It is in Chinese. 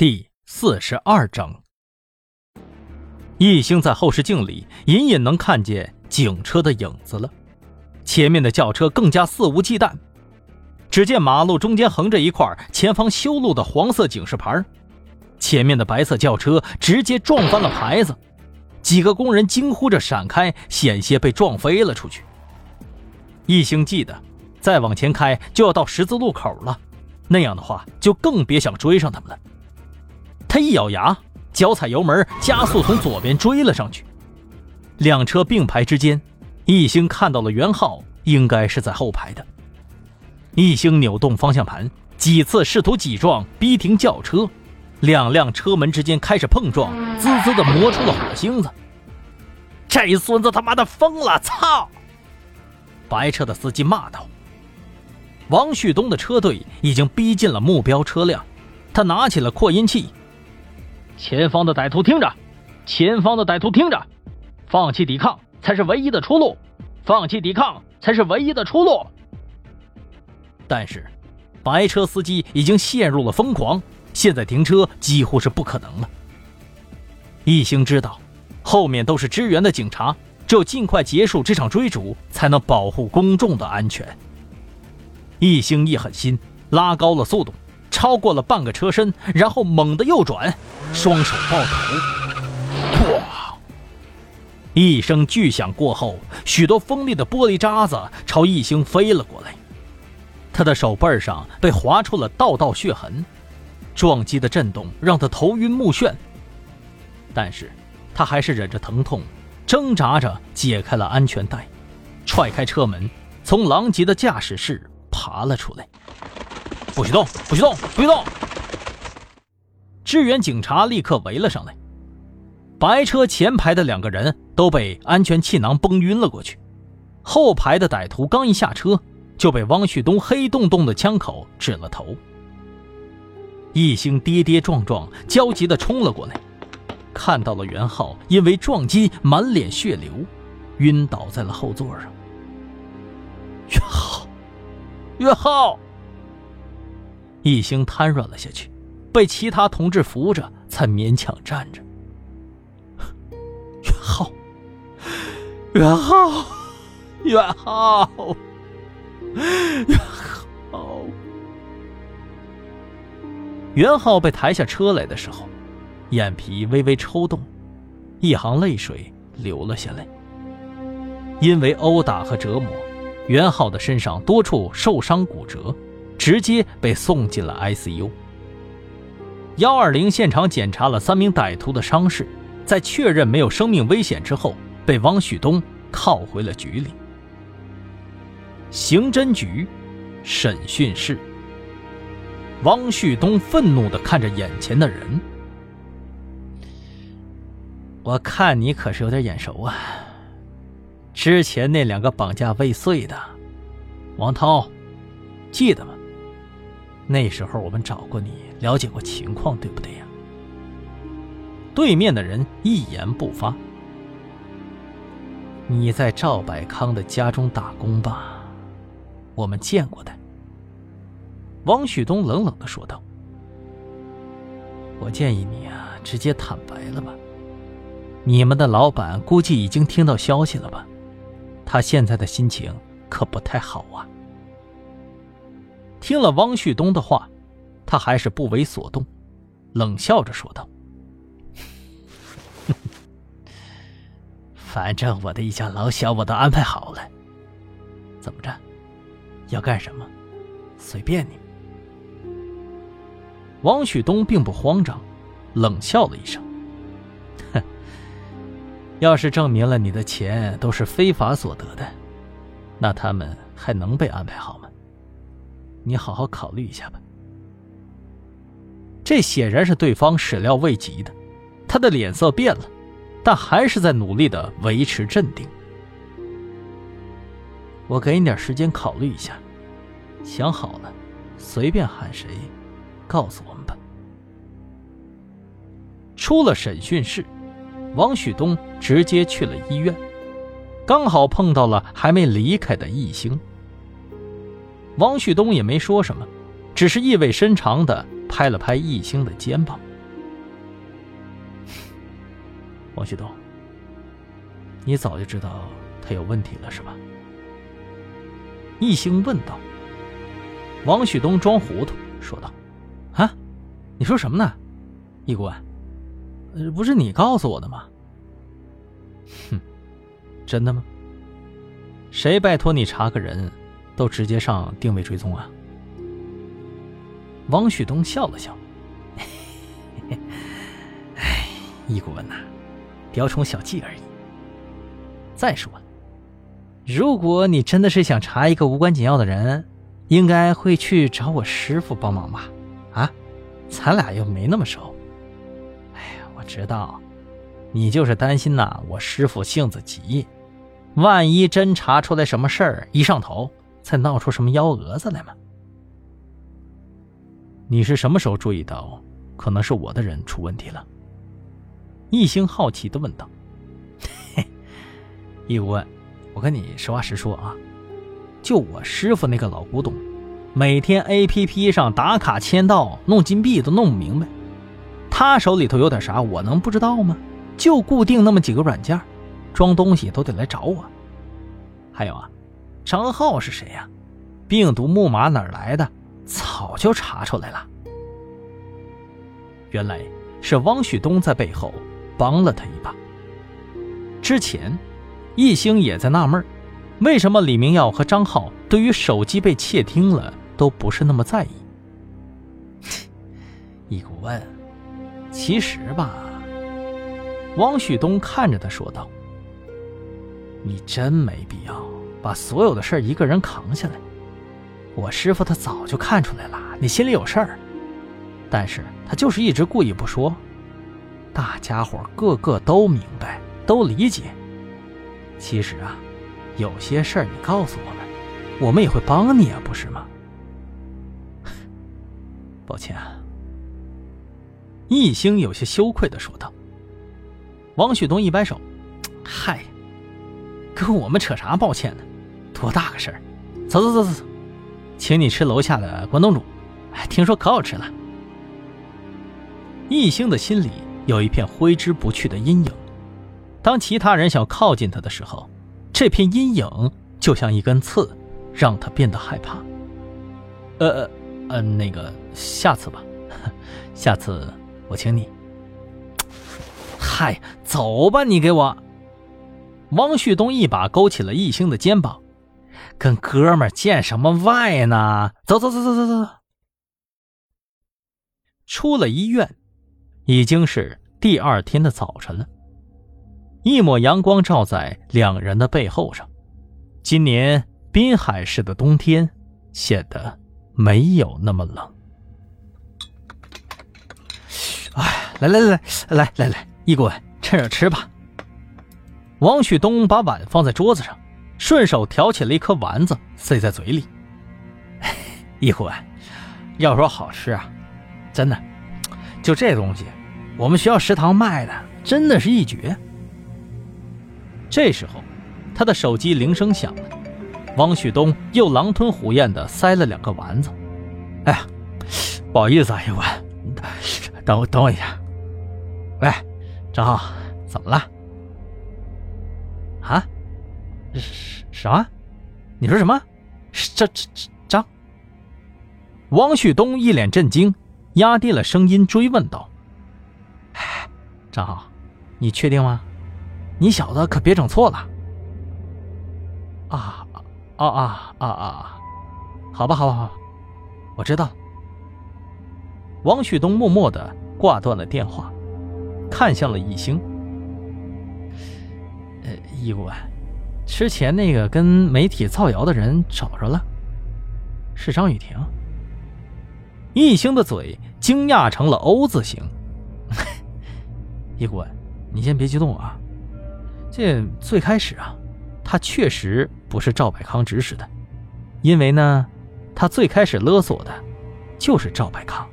第42章。易星在后视镜里隐隐能看见警车的影子了，前面的轿车更加肆无忌惮。只见马路中间横着一块前方修路的黄色警示牌，前面的白色轿车直接撞翻了牌子，几个工人惊呼着闪开，险些被撞飞了出去。易星记得再往前开就要到十字路口了，那样的话就更别想追上他们了。他一咬牙，脚踩油门，加速从左边追了上去。两车并排之间，易星看到了袁浩应该是在后排的。易星扭动方向盘，几次试图挤撞逼停轿车，两辆车门之间开始碰撞，滋滋地磨出了火星子。这孙子他妈的疯了，操！白车的司机骂道。王旭东的车队已经逼近了目标车辆，他拿起了扩音器。前方的歹徒听着，前方的歹徒听着，放弃抵抗才是唯一的出路，放弃抵抗才是唯一的出路。但是白车司机已经陷入了疯狂，现在停车几乎是不可能了。易星知道后面都是支援的警察，只有尽快结束这场追逐，才能保护公众的安全。易星一狠心，拉高了速度，超过了半个车身，然后猛地右转，双手抱头。哇！一声巨响过后，许多锋利的玻璃渣子朝易星飞了过来，他的手背上被划出了道道血痕，撞击的震动让他头晕目眩，但是他还是忍着疼痛，挣扎着解开了安全带，踹开车门，从狼藉的驾驶室爬了出来。不许动，不许动，不许动！支援警察立刻围了上来，白车前排的两个人都被安全气囊崩晕了过去，后排的歹徒刚一下车就被汪旭东黑洞洞的枪口指了头。易星跌跌撞撞焦急地冲了过来，看到了袁浩因为撞击满脸血流，晕倒在了后座上。袁浩，袁浩！易星瘫软了下去，被其他同志扶着才勉强站着。袁浩，袁浩，袁浩，袁浩！袁浩被抬下车来的时候，眼皮微微抽动，一行泪水流了下来。因为殴打和折磨，袁浩的身上多处受伤骨折，直接被送进了 ICU。 120现场检查了3名歹徒的伤势，在确认没有生命危险之后，被汪旭东铐回了局里。刑侦局审讯室，汪旭东愤怒地看着眼前的人。我看你可是有点眼熟啊，之前那2个绑架未遂的，王涛，记得吗？那时候我们找过你，了解过情况，对不对呀？对面的人一言不发。你在赵百康的家中打工吧？我们见过的。汪旭东冷冷地说道。我建议你啊，直接坦白了吧。你们的老板估计已经听到消息了吧？他现在的心情可不太好啊。听了汪旭东的话，他还是不为所动，冷笑着说道：反正我的一家老小我都安排好了，怎么着？要干什么？随便你。汪旭东并不慌张，冷笑了一声：哼，要是证明了你的钱都是非法所得的，那他们还能被安排好吗？你好好考虑一下吧。这显然是对方始料未及的，他的脸色变了，但还是在努力地维持镇定。我给你点时间考虑一下，想好了随便喊谁告诉我们吧。出了审讯室，汪旭东直接去了医院，刚好碰到了还没离开的易星。汪旭东也没说什么，只是意味深长地拍了拍易星的肩膀。 王旭东，你早就知道他有问题了是吧？易兴问道。王旭东装糊涂说道：啊，你说什么呢？易顾问，不是你告诉我的吗？哼，真的吗？谁拜托你查个人都直接上定位追踪啊？王旭东笑了笑，哎，易顾问呐，雕虫小技而已。再说了，如果你真的是想查一个无关紧要的人，应该会去找我师父帮忙吧？啊，咱俩又没那么熟。哎呀，我知道，你就是担心呐，我师父性子急，万一真查出来什么事儿，一上头，再闹出什么幺蛾子来嘛。你是什么时候注意到可能是我的人出问题了？易兴好奇地问道。易顾问，我跟你实话实说啊，就我师父那个老古董，每天 APP 上打卡签到弄金币都弄不明白，他手里头有点啥我能不知道吗？就固定那么几个软件，装东西都得来找我。还有啊，账号是谁呀？病毒木马哪儿来的？早就查出来了。原来是汪旭东在背后帮了他一把。之前易兴也在纳闷，为什么李明耀和张浩对于手机被窃听了都不是那么在意。易顾问，其实吧，汪旭东看着他说道，你真没必要把所有的事一个人扛下来。我师父他早就看出来了，你心里有事儿，但是他就是一直故意不说。大家伙个个都明白，都理解。其实啊，有些事儿你告诉我们，我们也会帮你啊，不是吗？抱歉啊。易兴有些羞愧地说道。王旭东一摆手，嗨，跟我们扯啥抱歉呢？多大个事儿！走走走走走，请你吃楼下的关东煮，听说可好吃了。易兴的心里有一片挥之不去的阴影，当其他人想靠近他的时候，这片阴影就像一根刺，让他变得害怕。那个下次吧，下次我请你。嗨，走吧你给我。汪旭东一把勾起了易兴的肩膀，跟哥们儿见什么外呢？走走走走走走。出了医院，已经是第二天的早晨了。一抹阳光照在两人的背后上，今年滨海市的冬天显得没有那么冷。哎，来，易顾问，趁热吃吧。王旭东把碗放在桌子上，顺手挑起了一颗丸子塞在嘴里。易顾问，要说好吃啊，真的，就这东西，我们学校食堂卖的真的是一绝。这时候，他的手机铃声响了，汪旭东又狼吞虎咽地塞了2个丸子。哎呀，不好意思啊，易顾问，等我一下。喂，张浩，怎么了？啊？什么？你说什么？张？汪旭东一脸震惊，压低了声音追问道：张浩，你确定吗？你小子可别整错了。好吧，我知道了。王旭东默默地挂断了电话，看向了易兴。易顾问，之前那个跟媒体造谣的人找着了，是张雨婷。易兴的嘴惊讶成了 O 字形。易顾问，你先别激动啊，这最开始啊，他确实不是赵百康指使的，因为呢，他最开始勒索的就是赵百康。